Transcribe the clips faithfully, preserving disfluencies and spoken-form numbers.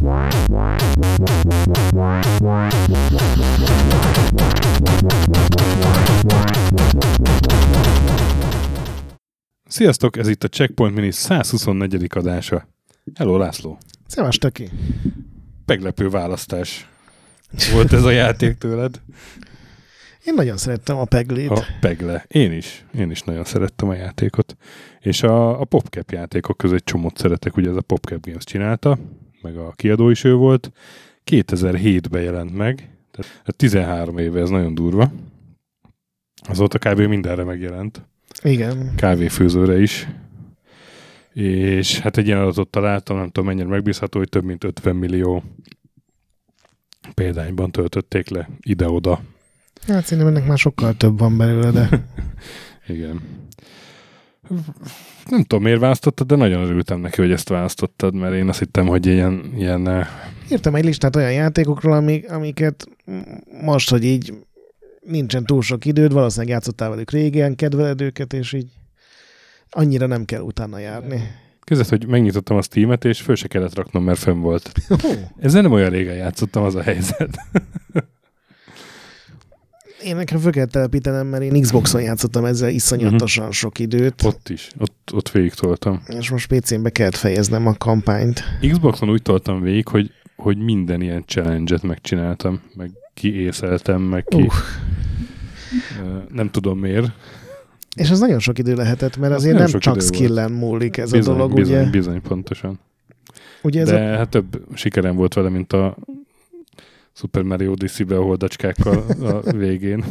Sziasztok, ez itt a Checkpoint Mini százhuszonnegyedik adása. Hello, László. Szevasz, Töki. Meglepő választás volt ez a játék tőled. Én nagyon szerettem a Peglét. A Pegle. Én is. Én is nagyon szerettem a játékot. És a, a PopCap játékok között egy csomót szeretek. Ugye ez a PopCap Games csinálta, meg a kiadó is ő volt. kétezer-hétben jelent meg. Tehát tizenhárom éve, ez nagyon durva. Azóta kb. Mindenre megjelent. Igen. Kávéfőzőre is. És hát egy ilyen adatot találtam, nem tudom mennyire megbízható, hogy több mint ötven millió példányban töltötték le ide-oda. Hát szerintem ennek már sokkal több van belőle, de... Igen. Nem tudom, miért választottad, de nagyon örültem neki, hogy ezt választottad, mert én azt hittem, hogy ilyen... ilyen írtam egy listát olyan játékokról, amik, amiket most, hogy így nincsen túl sok időd, valószínűleg játszottál velük régen, kedveled őket, és így annyira nem kell utána járni. Között, hogy megnyitottam a Steamet, és föl se kellett raknom, mert fönn volt. Ezzel nem olyan régen játszottam, az a helyzet. Én nekem föl kell telepítenem, mert én Xboxon játszottam ezzel iszonyatosan uh-huh. sok időt. Ott is, ott, ott végig toltam. És most pé cén be kellett fejeznem a kampányt. Xboxon úgy toltam végig, hogy, hogy minden ilyen challenge-et megcsináltam, meg kiészeltem, meg ki... Uh. Nem tudom miért. És ez nagyon sok idő lehetett, mert azért nem csak skillen múlik ez bizony, a dolog, bizony, ugye? Bizony, pontosan. Ugye ez De a... hát több sikerem volt vele, mint a Super Mario Odyssey-be a holdacskákkal a végén.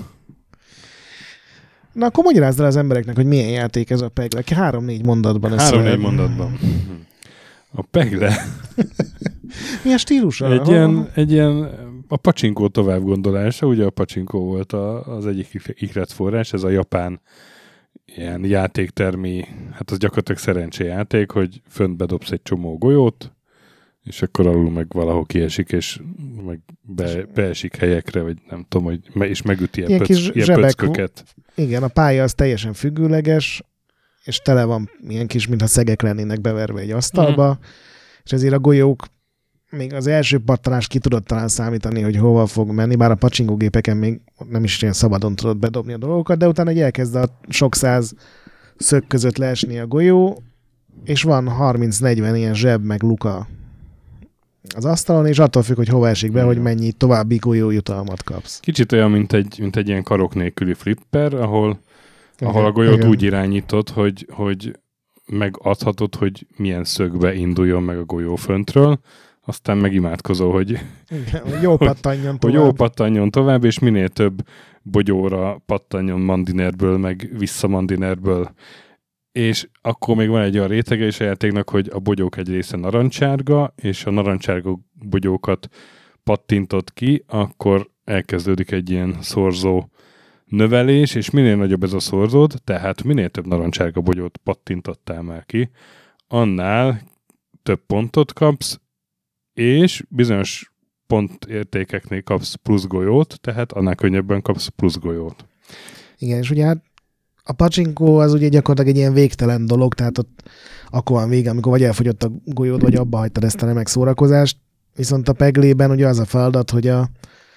Na akkor magyarázd el az embereknek, hogy milyen játék ez a Pegle. Három-négy mondatban. Három-négy mondatban. A Pegle. Milyen stílusa? Egy ilyen, egy ilyen a pacsinkó tovább gondolása, ugye a pacsinkó volt a, az egyik ihletforrás, ez a japán ilyen játéktermi, hát az gyakorlatilag szerencséjáték, hogy fönt bedobsz egy csomó golyót, és akkor alul meg valahol kiesik, és meg be, beesik helyekre, vagy nem tudom, hogy me, és megüti ilyen, pöc, ilyen pöcköket. Igen, a pálya az teljesen függőleges, és tele van ilyen kis, mintha szegek lennének beverve egy asztalba, mm. és ezért a golyók még az első pattanás ki tudod talán számítani, hogy hova fog menni, bár a pacsingógépeken még nem is ilyen szabadon tudod bedobni a dolgokat, de utána egy elkezd a sok száz szög között leesni a golyó, és van harminc-negyven ilyen zseb meg luka az asztalon, és attól függ, hogy hova esik be, igen. hogy mennyi további golyó jutalmat kapsz. Kicsit olyan, mint egy, mint egy ilyen karok nélküli flipper, ahol, igen, ahol a golyót igen. úgy irányítod, hogy, hogy megadhatod, hogy milyen szögbe induljon meg a golyó föntről, aztán megimádkozol, hogy, igen, hogy jó pattanjon tovább. Hogy jó pattanjon tovább, és minél több bogyóra pattanjon mandinerből, meg vissza mandinerből. És akkor még van egy olyan rétege is a játéknak, hogy a bogyók egy része narancsárga, és a narancsárga bogyókat pattintott ki, akkor elkezdődik egy ilyen szorzó növelés, és minél nagyobb ez a szorzód, tehát minél több narancsárga bogyót pattintottál már ki, annál több pontot kapsz, és bizonyos pontértékeknél kapsz plusz golyót, tehát annál könnyebben kapsz plusz golyót. Igen, és ugye hát a pacsinkó az ugye gyakorlatilag egy ilyen végtelen dolog, tehát ott akkor van vége, amikor vagy elfogyott a golyód, vagy abba hagytad ezt a remek szórakozást, viszont a Peglében ugye az a feladat, hogy a,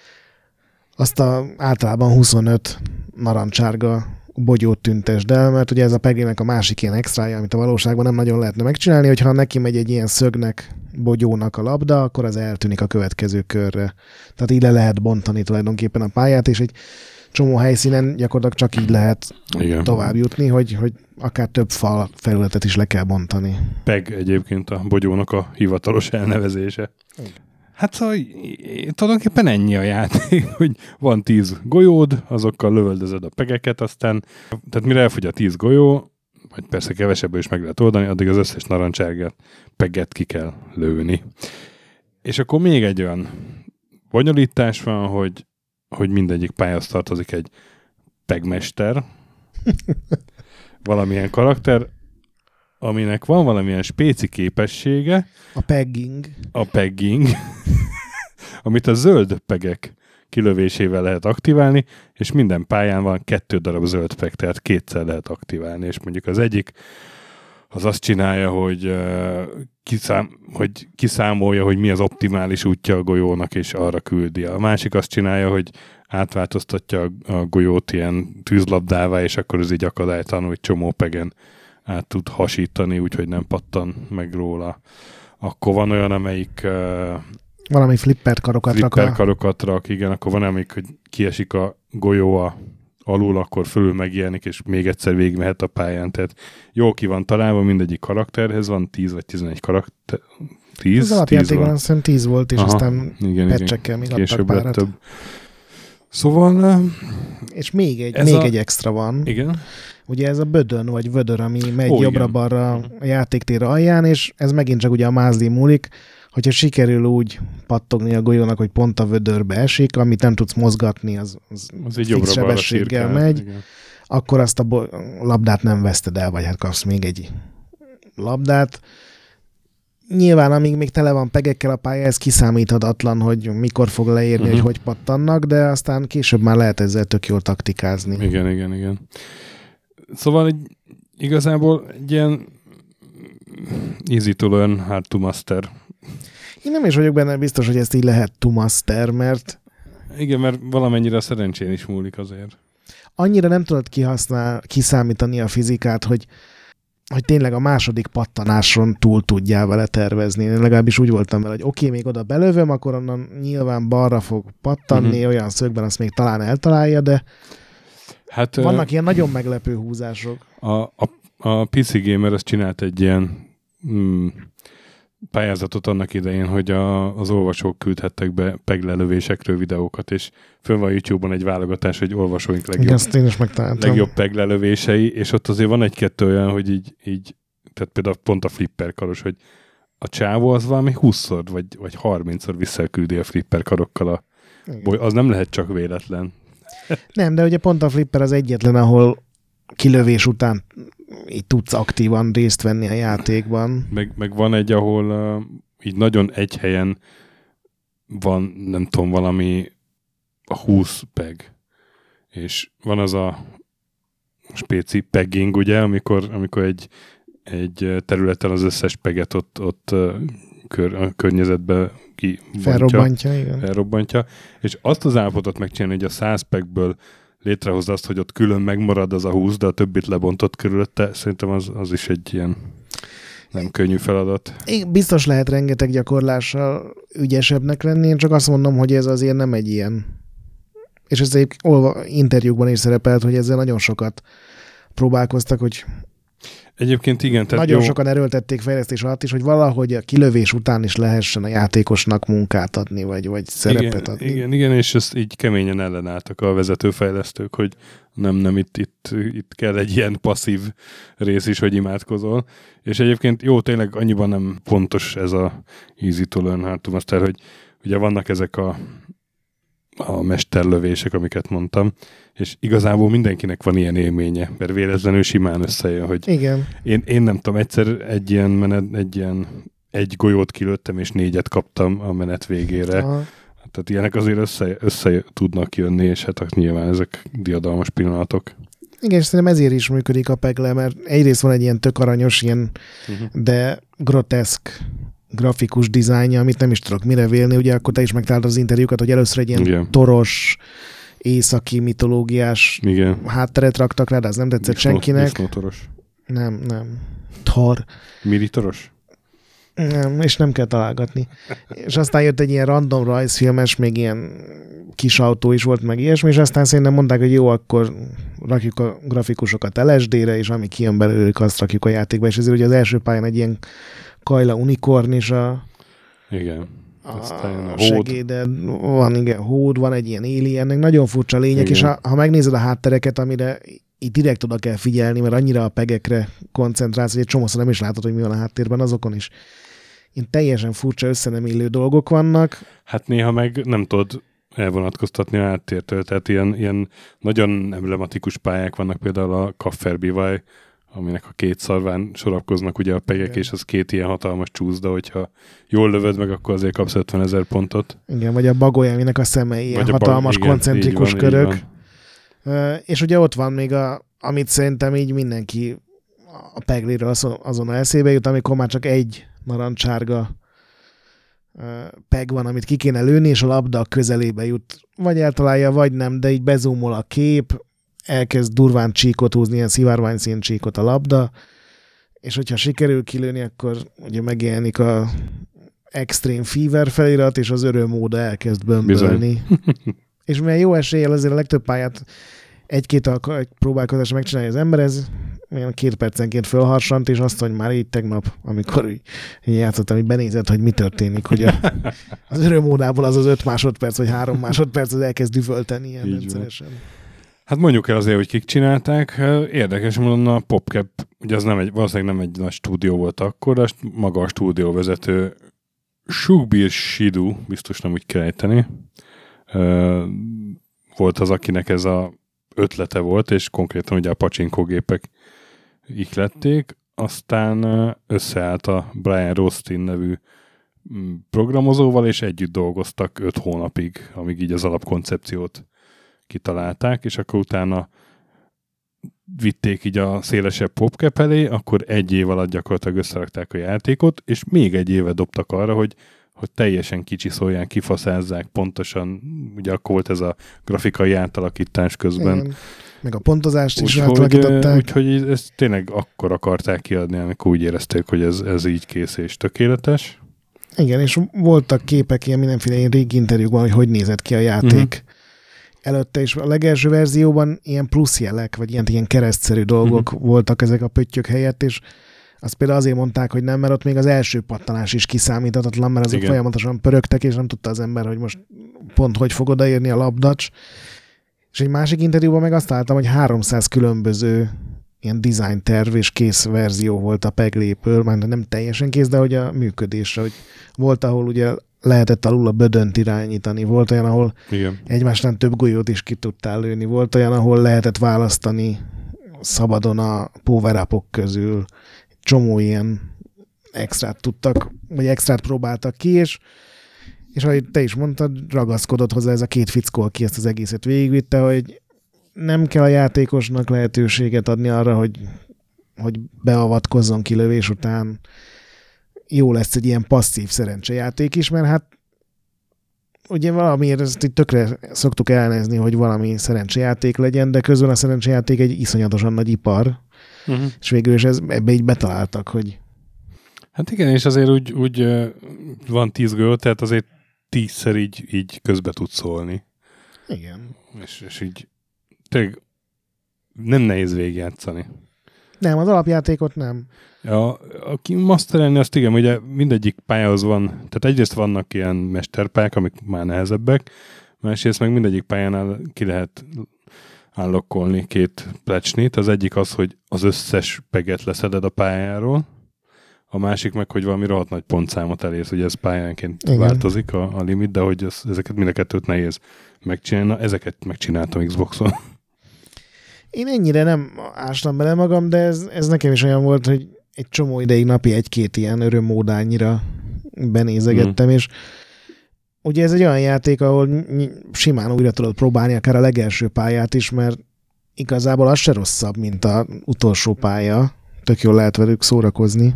azt a általában huszonöt narancsárga bogyót tüntesd el, mert ugye ez a Peglének a másik ilyen extrája, amit a valóságban nem nagyon lehetne megcsinálni, hogyha neki megy egy ilyen szögnek, bogyónak a labda, akkor az eltűnik a következő körre. Tehát így le lehet bontani tulajdonképpen a pályát, és egy csomó helyszínen gyakorlatilag csak így lehet igen. tovább jutni, hogy, hogy akár több fal felületet is le kell bontani. Peg egyébként a bogyónak a hivatalos elnevezése. Igen. Hát szóval tulajdonképpen ennyi a játék, hogy van tíz golyód, azokkal lövöldözöd a pegeket, aztán, tehát mire elfogy a tíz golyó, vagy persze kevesebből is meg lehet oldani, addig az összes narancsárgát peget ki kell lőni. És akkor még egy olyan bonyolítás van, hogy, hogy mindegyik pályához tartozik egy pegmester, valamilyen karakter, aminek van valamilyen spéci képessége. A pegging. A pegging, amit a zöld pegek kilövésével lehet aktiválni, és minden pályán van kettő darab zöld peg, tehát kétszer lehet aktiválni, és mondjuk az egyik az azt csinálja, hogy, uh, kiszám, hogy kiszámolja, hogy mi az optimális útja a golyónak, és arra küldi. A másik azt csinálja, hogy átváltoztatja a, a golyót ilyen tűzlabdává, és akkor ez így akadálytalan, hogy csomó pegen át tud hasítani, úgyhogy nem pattan meg róla. Akkor van olyan, amelyik uh, valami flipper karokat rak. Flipper karokat rak, igen, akkor van, amelyik, hogy kiesik a golyó a alul, akkor fölül megjelenik, és még egyszer végigmehet a pályán. Tehát jó ki van találva mindegyik karakterhez, van tíz vagy tizenegy karakter. tíz? Az alapjátékban azt hiszem tíz volt, és aha, aztán patchekkel még adtak párat. Több. Szóval... És még egy, még a... egy extra van. Igen. Ugye ez a bödön, vagy vödör, ami megy jobbra-balra a játéktér alján, és ez megint csak ugye a mázli múlik, hogyha sikerül úgy pattogni a golyónak, hogy pont a vödörbe esik, amit nem tudsz mozgatni, az, az, az fix sebességgel megy, igen. Akkor azt a bo- labdát nem veszted el, vagy hát kapsz még egy labdát. Nyilván, amíg még tele van pegekkel a pálya, ez kiszámíthatatlan, hogy mikor fog leérni, uh-huh. hogy hogy pattannak, de aztán később már lehet ezzel tök jól taktikázni. Igen, igen, igen. Szóval egy, igazából egy ilyen easy to learn, hard to master. Én nem is vagyok benne biztos, hogy ezt így lehet to master, mert... Igen, mert valamennyire a szerencsén is múlik azért. Annyira nem tudod kihasznál, kiszámítani a fizikát, hogy, hogy tényleg a második pattanáson túl tudjál vele tervezni. Én legalábbis úgy voltam vele, hogy oké, okay, még oda belövöm, akkor onnan nyilván balra fog pattanni, uh-huh. olyan szögben azt még talán eltalálja, de hát, vannak uh, ilyen nagyon meglepő húzások. A, a, a pé cé Gamer azt csinált egy ilyen mm, pályázatot annak idején, hogy a, az olvasók küldhettek be peglelövésekről videókat, és fönn van YouTube-on egy válogatás, hogy olvasóink legjobb, legjobb peglelövései, és ott azért van egy-kettő olyan, hogy így, így tehát például pont a flipper karos, hogy a csávó az valami húszszor vagy, vagy harmincszor visszaküldi a flipper karokkal a boly. Az nem lehet csak véletlen. Nem, de ugye pont a flipper az egyetlen, ahol kilövés után így tudsz aktívan részt venni a játékban. Meg, meg van egy, ahol uh, így nagyon egy helyen van, nem tudom, valami a húsz peg. És van az a spéci pegging, ugye, amikor, amikor egy, egy területen az összes peget ott, ott uh, kör, a környezetbe kibontja. Felrobbantja, igen. Felrobbantja. És azt az állapotot megcsinálni, hogy a száz pegből létrehozza azt, hogy ott külön megmarad az a húsz, de a többit lebontott körülötte. Szerintem az, az is egy ilyen nem könnyű feladat. Én biztos lehet rengeteg gyakorlással ügyesebbnek lenni, én csak azt mondom, hogy ez azért nem egy ilyen. És ez egy olva, interjúkban is szerepelt, hogy ezzel nagyon sokat próbálkoztak, hogy egyébként igen. Tehát nagyon jó. sokan erőltették fejlesztés alatt is, hogy valahogy a kilövés után is lehessen a játékosnak munkát adni, vagy, vagy szerepet igen, adni. Igen, igen, és ezt így keményen ellenálltak a vezetőfejlesztők, hogy nem, nem, itt, itt, itt kell egy ilyen passzív rész is, hogy imádkozol. És egyébként jó, tényleg annyiban nem pontos ez a easy to learn, hard to master, hogy ugye vannak ezek a a mesterlövések, amiket mondtam, és igazából mindenkinek van ilyen élménye, mert véletlenül simán összejön, hogy igen. Én, én nem tudom, egyszer egy ilyen menet, egy ilyen egy golyót kilőttem, és négyet kaptam a menet végére. Aha. Tehát ilyenek azért össze, össze tudnak jönni, és hát nyilván ezek diadalmas pillanatok. Igen, és szerintem ezért is működik a pegle, mert egyrészt van egy ilyen tök aranyos, ilyen, uh-huh. de groteszk grafikus dizájnja, amit nem is tudok mire vélni. Ugye akkor te is megtaláltad az interjúkat, hogy először egy ilyen igen. toros, északi mitológiás igen. hátteret raktak rá, de az nem tetszett Disznó, senkinek. Disznótoros. Nem, nem. Thor. Militoros? Nem, és nem kell találgatni. És aztán jött egy ilyen random rajzfilmes, még ilyen kis autó is volt, meg ilyesmi, és aztán szerintem mondták, hogy jó, akkor rakjuk a grafikusokat el es dé-re, és ami kijön belőlük, azt rakjuk a játékba, és ezért ugye az első pályán egy ilyen Kajla unikorn is a, igen. Aztán a, a segéded, van igen, hód, van egy ilyen aliennek, nagyon furcsa lények, igen. És ha, ha megnézed a háttereket, amire itt direkt oda kell figyelni, mert annyira a pegekre koncentrálsz, hogy egy csomószor nem is látod, hogy mi van a háttérben, azokon is ilyen teljesen furcsa, összenemillő dolgok vannak. Hát néha meg nem tudod elvonatkoztatni a háttértől, tehát ilyen, ilyen nagyon emblematikus pályák vannak, például a Kafferbivaj, aminek a két szarván sorakoznak ugye a pegek, igen. És az két ilyen hatalmas csúszda, hogyha jól lövöd meg, akkor azért kapsz ötvenezer pontot. Igen, vagy a bagoly, aminek a szemei ilyen hatalmas bag, koncentrikus igen, körök. Uh, és ugye ott van még, a, amit szerintem így mindenki a Pegléről azon eszébe jut, amikor már csak egy narancsárga peg van, amit ki kéne lőni, és a labda a közelébe jut. Vagy eltalálja, vagy nem, de így bezúmol a kép, elkezd durván csíkot húzni, ilyen szivárványszín csíkot a labda, és hogyha sikerül kilőni, akkor ugye megjelenik a Extreme Fever felirat, és az örömóda elkezd bömbölni. És mivel jó eséllyel azért a legtöbb pályát egy-két próbálkozásra megcsinálja az ember, ez olyan két percenként fölharsant, és azt, hogy már így tegnap, amikor így, így játszottam, hogy benézett, hogy mi történik, hogy a, az örömódából az az öt másodperc, vagy három másodperc, az elkezd üvölteni ilyen rendszeresen. Hát mondjuk el azért, hogy kik csinálták. Érdekes módon a PopCap, ugye az nem egy, valószínűleg nem egy nagy stúdió volt akkor, de maga a stúdióvezető Sukhbir Sidhu, biztos nem úgy kell ejteni, volt az, akinek ez a ötlete volt, és konkrétan ugye a pacsinkógépek ihlették, aztán összeállt a Brian Rostin nevű programozóval, és együtt dolgoztak öt hónapig, amíg így az alapkoncepciót kitalálták, és akkor utána vitték így a szélesebb PopCap elé, akkor egy év alatt gyakorlatilag összerakták a játékot, és még egy évet dobtak arra, hogy, hogy teljesen kicsiszolják, kifaszázzák pontosan, ugye akkor volt ez a grafikai átalakítás közben. Igen. Meg a pontozást is úgy, átalakították. Úgyhogy ezt tényleg akkor akarták kiadni, amikor úgy érezték, hogy ez, ez így kész és tökéletes. Igen, és voltak képek ilyen mindenféle ilyen régi interjúkban, hogy hogy nézett ki a játék. Uh-huh. Előtte is a legelső verzióban ilyen pluszjelek, vagy ilyen, ilyen keresztszerű dolgok uh-huh. voltak ezek a pöttyök helyett, és azt például azért mondták, hogy nem, mert ott még az első pattanás is kiszámíthatatlan, mert azok Igen. folyamatosan pörögtek, és nem tudta az ember, hogy most pont hogy fog odaérni a labdacs. És egy másik interjúban meg azt láttam, hogy háromszáz különböző ilyen design terv és kész verzió volt a Pegléből, már nem teljesen kész, de hogy a működésre, hogy volt, ahol ugye lehetett alul a bödönt irányítani, volt olyan, ahol Igen. egymásnál több golyót is ki tudtál lőni, volt olyan, ahol lehetett választani szabadon a power-upok közül, csomó ilyen extrát tudtak, vagy extrát próbáltak ki, és, és ahogy te is mondtad, ragaszkodott hozzá ez a két fickó, aki ezt az egészet végigvitte, hogy nem kell a játékosnak lehetőséget adni arra, hogy, hogy beavatkozzon kilövés után. Jó lesz egy ilyen passzív szerencsejáték is, mert hát ugye valamiért ezt így tökre szoktuk elnezni, hogy valami szerencsejáték legyen, de közben a szerencsejáték egy iszonyatosan nagy ipar, uh-huh. és végül is ez, ebbe így betaláltak, hogy... Hát igen, és azért úgy, úgy van tíz gól, tehát azért tízszer így, így közbe tud szólni. Igen. És, és így tényleg nem nehéz végigjátszani. Nem, az alapjátékot nem. Ja, aki masterelni, azt igen, ugye mindegyik pályához van, tehát egyrészt vannak ilyen mesterpályák, amik már nehezebbek, másrészt meg mindegyik pályánál ki lehet állokkolni két plecsnit. Az egyik az, hogy az összes peget leszeded a pályáról, a másik meg, hogy valami rohadt nagy pontszámot elérsz, ugye ez pályánként igen. változik a, a limit, de hogy ez, ezeket mind a kettőt nehéz megcsinálni. Na, ezeket megcsináltam Xboxon. Én ennyire nem ástam bele magam, de ez, ez nekem is olyan volt, hogy egy csomó ideig napi egy-két ilyen örömmódányira benézegettem, mm. és ugye ez egy olyan játék, ahol simán újra tudod próbálni akár a legelső pályát is, mert igazából az se rosszabb, mint az utolsó pálya. Tök jól lehet velük szórakozni.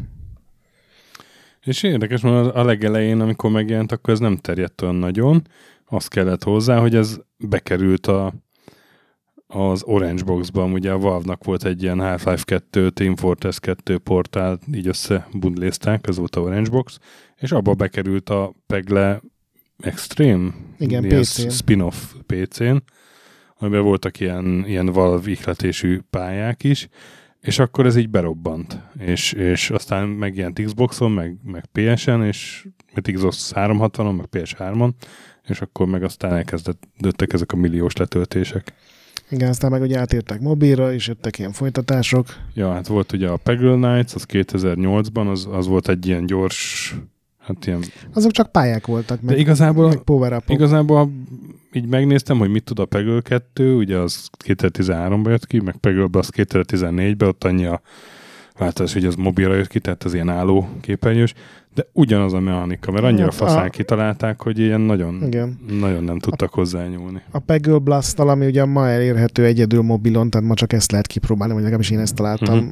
És érdekes, mert a legelején, amikor megjelent, akkor ez nem terjedt olyan nagyon. Azt kellett hozzá, hogy ez bekerült a az Orange Box-ban, ugye a Valve-nak volt egy ilyen Half-Life kettő, Team Fortress kettő portál, így összebundlézták, ez volt a Orange Box, és abba bekerült a Pegle Extreme, igen, pé cén. Spin-off pé cén, amiben voltak ilyen, ilyen Valve ihletésű pályák is, és akkor ez így berobbant, és, és aztán megjelent Xboxon, meg, meg pé esen, és meg Xbox háromszázhatvanon, meg pé es hármon, és akkor meg aztán elkezdődtek ezek a milliós letöltések. Igen, aztán meg ugye átértek mobilra, és jöttek ilyen folytatások. Ja, hát volt ugye a Peggle Knights, az kétezer-nyolcban, az, az volt egy ilyen gyors, hát ilyen... Azok csak pályák voltak, meg, de igazából, meg power-upok. Igazából így megnéztem, hogy mit tud a Peggle kettő, ugye az kétezer-tizenháromban jött ki, meg Peggle-ben az kétezer-tizennégyben, ott annyi a változás, hogy az mobilra jött ki, tehát az ilyen álló képernyős, de ugyanaz a mechanika, mert annyira hát faszán a... kitalálták, hogy ilyen nagyon, igen. nagyon nem tudtak a... hozzányúlni. A Peggle Blast-tal, ami ugye ma elérhető egyedül mobilon, tehát ma csak ezt lehet kipróbálni, vagy legalábbis én ezt találtam, uh-huh.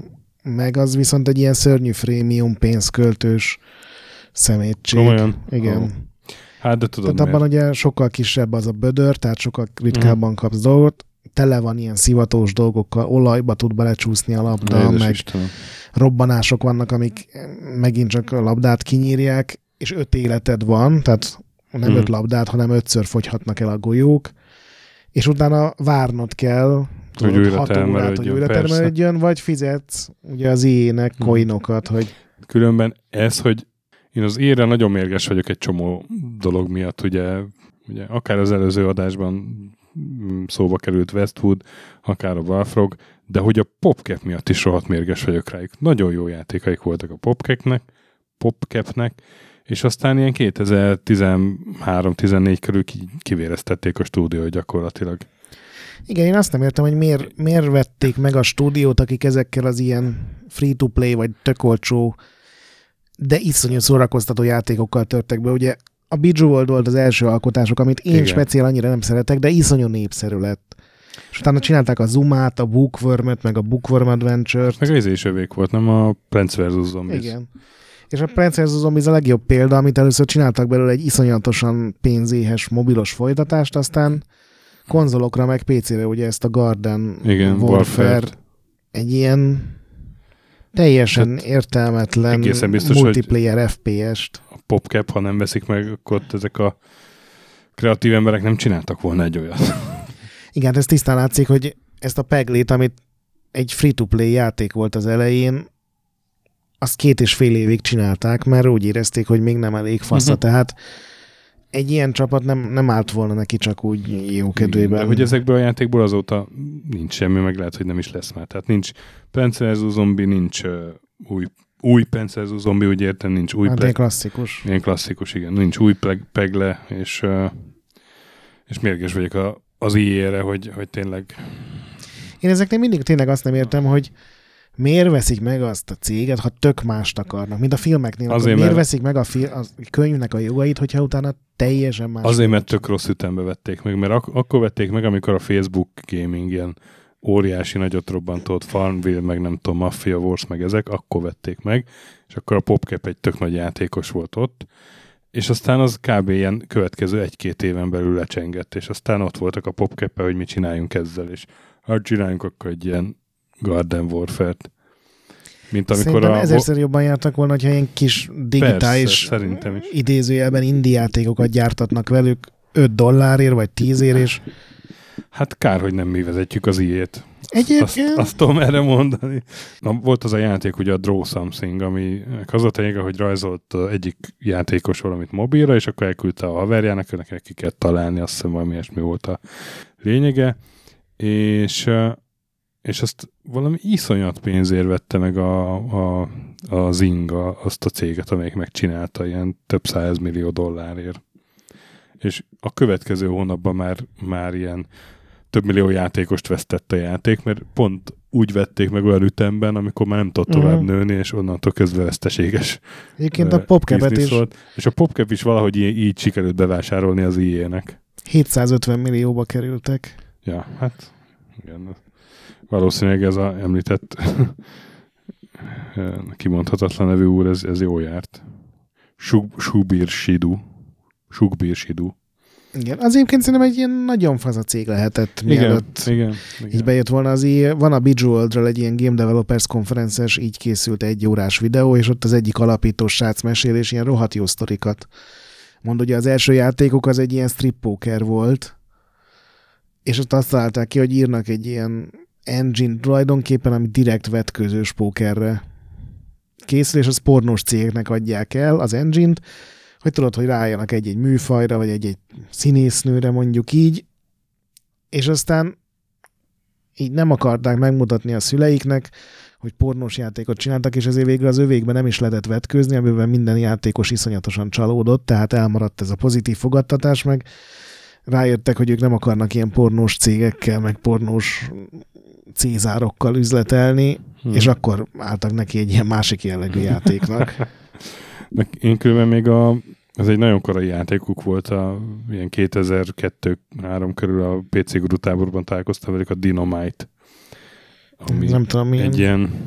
meg az viszont egy ilyen szörnyű frémium pénzköltős szemétség. Komolyan? Igen. Oh. Hát de tudod tehát abban ugye sokkal kisebb az a bödör, tehát sokkal ritkábban mm. kapsz dolgot. Tele van ilyen szivatós dolgokkal, olajba tud belecsúszni a labda, Jézus meg Istenem. robbanások vannak, amik megint csak a labdát kinyírják, és öt életed van, tehát nem mm. öt labdát, hanem ötször fogyhatnak el a golyók, és utána várnod kell, hogy tudod, újra hat órát, hogy újra termelődjön, vagy fizetsz ugye az i á-nek mm. coinokat, hogy... Különben ez, hogy én az i á-re nagyon mérges vagyok egy csomó dolog miatt, ugye, ugye akár az előző adásban szóba került Westwood, akár a Bullfrog, de hogy a PopCap miatt is rohadt mérges vagyok rájuk. Nagyon jó játékaik voltak a PopCapnek, PopCapnek, és aztán ilyen kétezer-tizenhárom tizennégy körül kivéreztették a stúdiót gyakorlatilag. Igen, én azt nem értem, hogy miért, miért vették meg a stúdiót, akik ezekkel az ilyen free-to-play, vagy tök olcsó, de iszonyú szórakoztató játékokkal törtek be. Ugye a Bejeweled volt az első alkotások, amit én Igen. speciál annyira nem szeretek, de iszonyú népszerű lett. És utána csinálták a Zumát, a Bookworm-et, meg a Bookworm Adventure-t. Meg az is övék volt, nem a Plants versus. Zombies. Igen. És a Plants versus. Zombies a legjobb példa, amit először csináltak belőle egy iszonyatosan pénzéhes mobilos folytatást, aztán konzolokra, meg pé cére ugye ezt a Garden Igen, Warfare, Warfare egy ilyen teljesen hát értelmetlen multiplayer ef pé est. A PopCap, ha nem veszik meg, akkor ezek a kreatív emberek nem csináltak volna egy olyat. Igen, ez tisztán látszik, hogy ezt a Peglet, amit egy free-to-play játék volt az elején, azt két és fél évig csinálták, mert úgy érezték, hogy még nem elég fasza. Uh-huh. Tehát egy ilyen csapat nem, nem állt volna neki csak úgy jó kedvében. De hogy ezekből a játékból azóta nincs semmi, meg lehet, hogy nem is lesz már. Tehát nincs Plants versus. Zombie, nincs uh, új, új Plants versus. Zombie, úgy értem, nincs új... Hát ilyen klasszikus. Ilyen klasszikus, igen. Nincs új Pegle, és, uh, és mérges vagyok a, az i á-re, hogy, hogy tényleg... Én ezeknél mindig tényleg azt nem értem, hogy miért veszik meg azt a céget, ha tök mást akarnak, mint a filmeknél. Azért, miért mert... veszik meg a, fi- a könyvnek a jogait, hogyha utána teljesen más. Azért, mert tök rossz ütembe vették meg, mert ak- akkor vették meg, amikor a Facebook Gaming ilyen óriási nagyot robbantott, Farmville, meg nem tudom, Mafia Wars, meg ezek, akkor vették meg, és akkor a PopCap egy tök nagy játékos volt ott, és aztán az kb. Ilyen következő egy-két éven belül lecsengett, és aztán ott voltak a PopCap-e, hogy mit csináljunk ezzel, és hát csináljunk akkor egy ilyen Garden Warfare-t. Mint amikor Szerintem a... ezerszer jobban jártak volna, hogyha ilyen kis digitális Persze, idézőjelben indie játékokat gyártatnak velük öt dollárért, vagy tízért, és... Hát kár, hogy nem mi vezetjük az i á-t. Egyébként... Azt, azt tudom erre mondani. Na, volt az a játék, ugye a Draw Something, ami az a tényleg, hogy rajzolt egyik játékos valamit mobilra, és akkor elküldte a haverjának, őnek ki kell találni, azt hiszem valami ilyesmi volt a lényege, és... és azt valami iszonyat pénzért vette meg a, a, a Zynga, azt a céget, amelyik megcsinálta ilyen több százmillió dollárért. És a következő hónapban már, már ilyen több millió játékost vesztett a játék, mert pont úgy vették meg olyan ütemben, amikor már nem tudott tovább uh-huh. nőni, és onnantól kezdve veszteséges. Egyébként a PopCap-et is. Volt. És a PopCap is valahogy így, így sikerült bevásárolni az i á-nek. hétszázötven millióba kerültek. Ja, hát igen. Valószínűleg ez a említett kimondhatatlan nevű úr, ez, ez jó járt. Subir Shidu. Subir Shidu. Igen, az egyébként szerintem egy ilyen nagyon fasz a cég lehetett, igen, mielőtt igen, igen. így bejött volna az i á. Van a Bejeweled-ről egy ilyen Game Developers konferences, így készült egy órás videó, és ott az egyik alapító srác mesél, és ilyen rohadt jó sztorikat mond, ugye az első játékok az egy ilyen strip poker volt, és ott azt találták ki, hogy írnak egy ilyen engine tulajdonképpen, ami direkt vetközős pókerre készül, és az pornós cégeknek adják el az engine-t, hogy tudod, hogy rájönnek egy-egy műfajra, vagy egy-egy színésznőre, mondjuk így, és aztán így nem akarták megmutatni a szüleiknek, hogy pornós játékot csináltak, és ezért végül az övékben nem is lehetett vetkőzni, amiben minden játékos iszonyatosan csalódott, tehát elmaradt ez a pozitív fogadtatás, meg rájöttek, hogy ők nem akarnak ilyen pornós cégekkel, meg pornós cézárokkal üzletelni, hmm. és akkor álltak neki egy ilyen másik jellegű játéknak. Én különben még a, ez egy nagyon korai játékuk volt, a, ilyen kétezer-kettő-három körül a pé cé Guru táborban találkoztam velük, a Dynamite. Ami nem tudom, milyen... Egy ilyen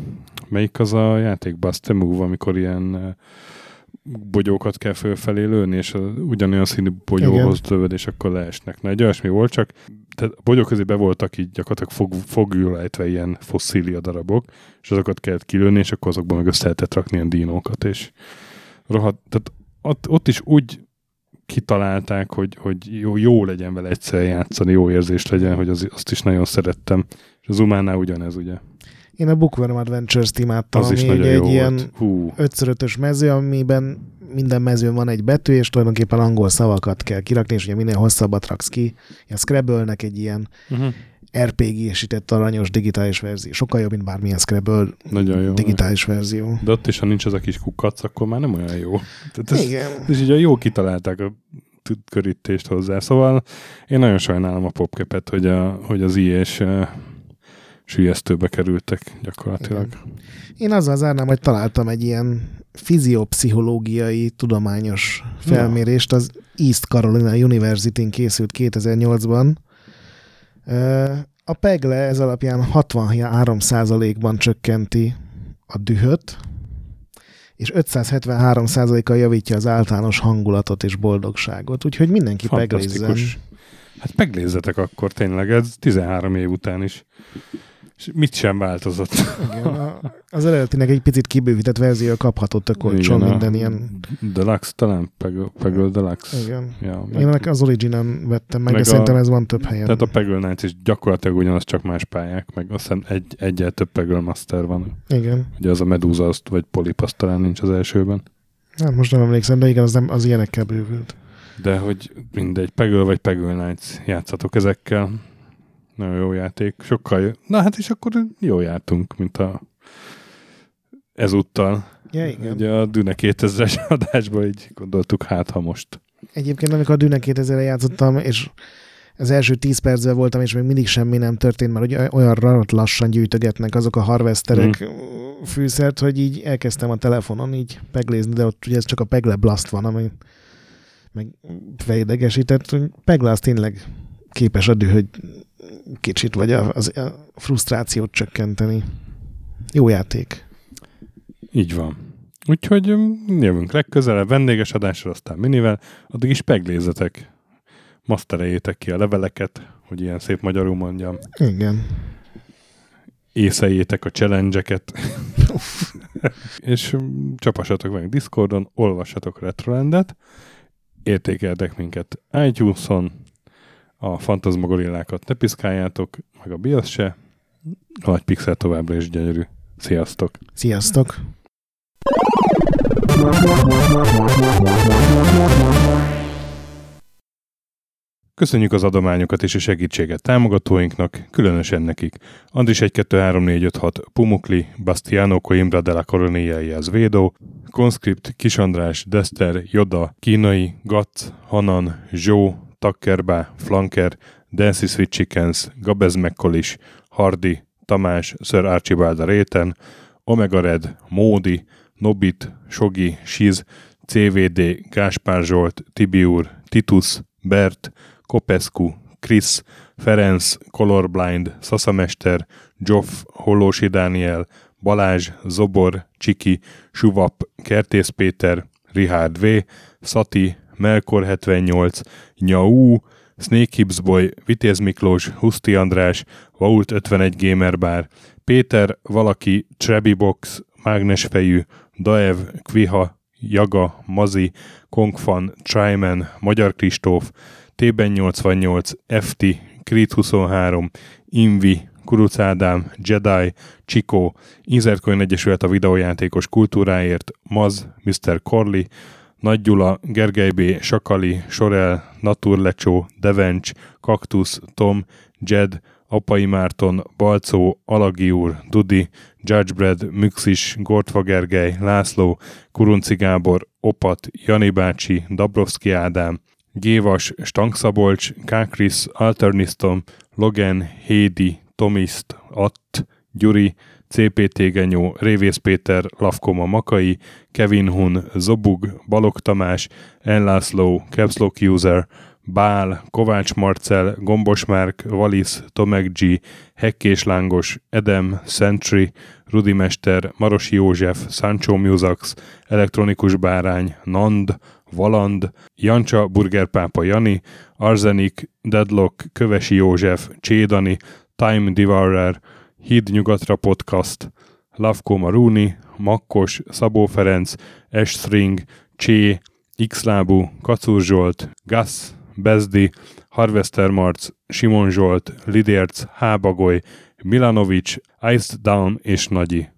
Melyik az a játék? Bust a Move, amikor ilyen bogyókat kell fölfelé lőni, és ugyanolyan színű bogyóhoz lövöd, és akkor leesnek. Na, egy olyasmi volt, csak tehát a bogyók közé be voltak így gyakorlatilag fog, fogjul ejtve ilyen fosszília darabok, és azokat kellett kilőni, és akkor azokban meg össze lehetett rakni ilyen dinókat, és rohadt, tehát ott, ott is úgy kitalálták, hogy, hogy jó, jó legyen vele egyszer játszani, jó érzés legyen, hogy az, azt is nagyon szerettem. És az Umánál ugyanez, ugye? Én a Bookworm Adventures-t imádtam, az ami egy ilyen ötször ötös mező, amiben minden mezőn van egy betű, és tulajdonképpen angol szavakat kell kirakni, és ugye minél hosszabbat raksz ki. A Scrabble-nek egy ilyen uh-huh. er pé gé-esített aranyos digitális verzió. Sokkal jobb, mint bármilyen Scrabble nagyon jó, digitális verzió. De ott is, ha nincs az a kis kukac, akkor már nem olyan jó. Tehát igen. Ez, és így jó kitalálták a körítést hozzá. Szóval én nagyon sajnálom a PopCap-et, hogy, a, hogy az i és sülyeztőbe kerültek gyakorlatilag. Igen. Én azzal zárnám, hogy találtam egy ilyen fiziopszichológiai tudományos felmérést, az East Carolina University-n készült kétezer-nyolcban. A Pegle ez alapján hatvanhárom százalékban csökkenti a dühöt, és ötszázhetvenhárom százalékkal javítja az általános hangulatot és boldogságot. Úgyhogy mindenki peglézzen. Hát peglézzetek akkor tényleg, ez tizenhárom év után is. És mit sem változott. Igen, a, az eredetinek egy picit kibővített verzió kaphatott a kolcson, minden ilyen... Deluxe talán? Peggle, Peggle Deluxe? Igen. Ja, meg... Én az Originen vettem meg, meg de a, szerintem ez van több helyen. Tehát a Peggle Knights is gyakorlatilag ugyanaz, csak más pályák, meg azt hiszem egy, egyel több Peggle Master van. Igen. Ugye az a Medusa, azt, vagy Polyp, talán nincs az elsőben. Hát most nem emlékszem, de igen, az, nem, az ilyenekkel bővült. De hogy mindegy, Peggle vagy Peggle Knights játszatok ezekkel. Nagyon jó játék. Sokkal jó. Na hát és akkor jól jártunk, mint a ezúttal. Ja, igen. Ugye a Dune kétezres adásban így gondoltuk, hát ha most. Egyébként amikor a Dune kétezerre játszottam, és az első tíz percben voltam, és még mindig semmi nem történt, mert ugye olyan lassan gyűjtögetnek azok a harvesterek mm. fűszert, hogy így elkezdtem a telefonon így peglézni, de ott ugye ez csak a Pegle Blast van, ami meg fejdegesített. Pegle az tényleg képes a düh, hogy kicsit, vagy a, az, a frusztrációt csökkenteni. Jó játék. Így van. Úgyhogy jövünk legközelebb vendéges adással, aztán minivel. Addig is peglézzetek. Masztereljétek ki a leveleket, hogy ilyen szép magyarul mondjam. Igen. Észeljétek a challenge-eket. És csapassatok meg Discordon, olvassatok Retrolandet, értékeltek minket iTunes-on, a fantasmagorillákat ne piszkáljátok, meg a BIOS se. A nagy pixel továbbra is gyönyörű. Sziasztok! Sziasztok! Köszönjük az adományokat és a segítséget támogatóinknak, különösen nekik. Andris egy kettő három négy öt hat Pumukli, Bastiano Coimbra de la Coronilla Védó, Conscript, Kisandrás, Dester, Joda, Kínai, Gatz, Hanan, Zsó, Takkerbá, Flanker, Dancy Sweet Chickens, Gabez Mekkolis, Hardy, Tamás, Sir Archibald a Réten, Omega Red, Módi, Nobit, Sogi, Siz, cé vé dé, Gáspár Zsolt, Tibiur, Titus, Bert, Kopescu, Krisz, Ferenc, Colorblind, Szaszamester, Zsoff, Hollósi Dániel, Balázs, Zobor, Csiki, Suvap, Kertész Péter, Richard V, Szati, Melkor hetvennyolc, Nyau, Snake Hips Boy, Vitéz Miklós, Huszti András, Vault ötvenegy Gamerbar, Péter, Valaki, Trebibox, Mágnesfejű, Daev, Kviha, Jaga, Mazi, Kongfan, Tryman, Magyar Kristóf, Tében nyolcvannyolc, ef té, Creed huszonhárom, Invi, Kuruc Ádám, Jedi, Csikó, Inzertcoin Egyesület a videójátékos kultúráért, Maz, miszter Corley, Nagy Gyula, Gergely B., Sakali, Sorel, Naturlecsó, Devencs, Kaktusz, Tom, Jed, Apai Márton, Balcó, Alagi úr, Dudi, Judgebred, Müxis, Gortva Gergely, László, Kurunci Gábor, Opat, Jani bácsi, Dabrowski Ádám, Gévas, Stangszabolcs, Kákris, Alternisztom, Logan, Hédi, Tomiszt, Att, Gyuri, cé pé té Genyó, Révész Péter, Lavkoma Makai, Kevin Hun, Zobug, Balog Tamás, Enlászló, Capslock User, Bál, Kovács Marcel, Gombos Márk, Valisz, Tomek G, Hekkés Lángos, Edem, Sentry, Rudimester, Marosi József, Sancho Musax, Elektronikus Bárány, Nand, Valand, Jancsa, Burgerpápa Jani, Arzenik, Deadlock, Kövesi József, Csédani, Time Devourer, Híd Nyugatra Podcast, Lavko Maruni, Makkos, Szabó Ferenc, Estring, Csé, Xlábú, Kacúr Zsolt, Gas, Bezdi, Harvester Marc, Simon Zsolt, Lidérc, Hábagoly, Milanovic, Iced Down és Nagyi.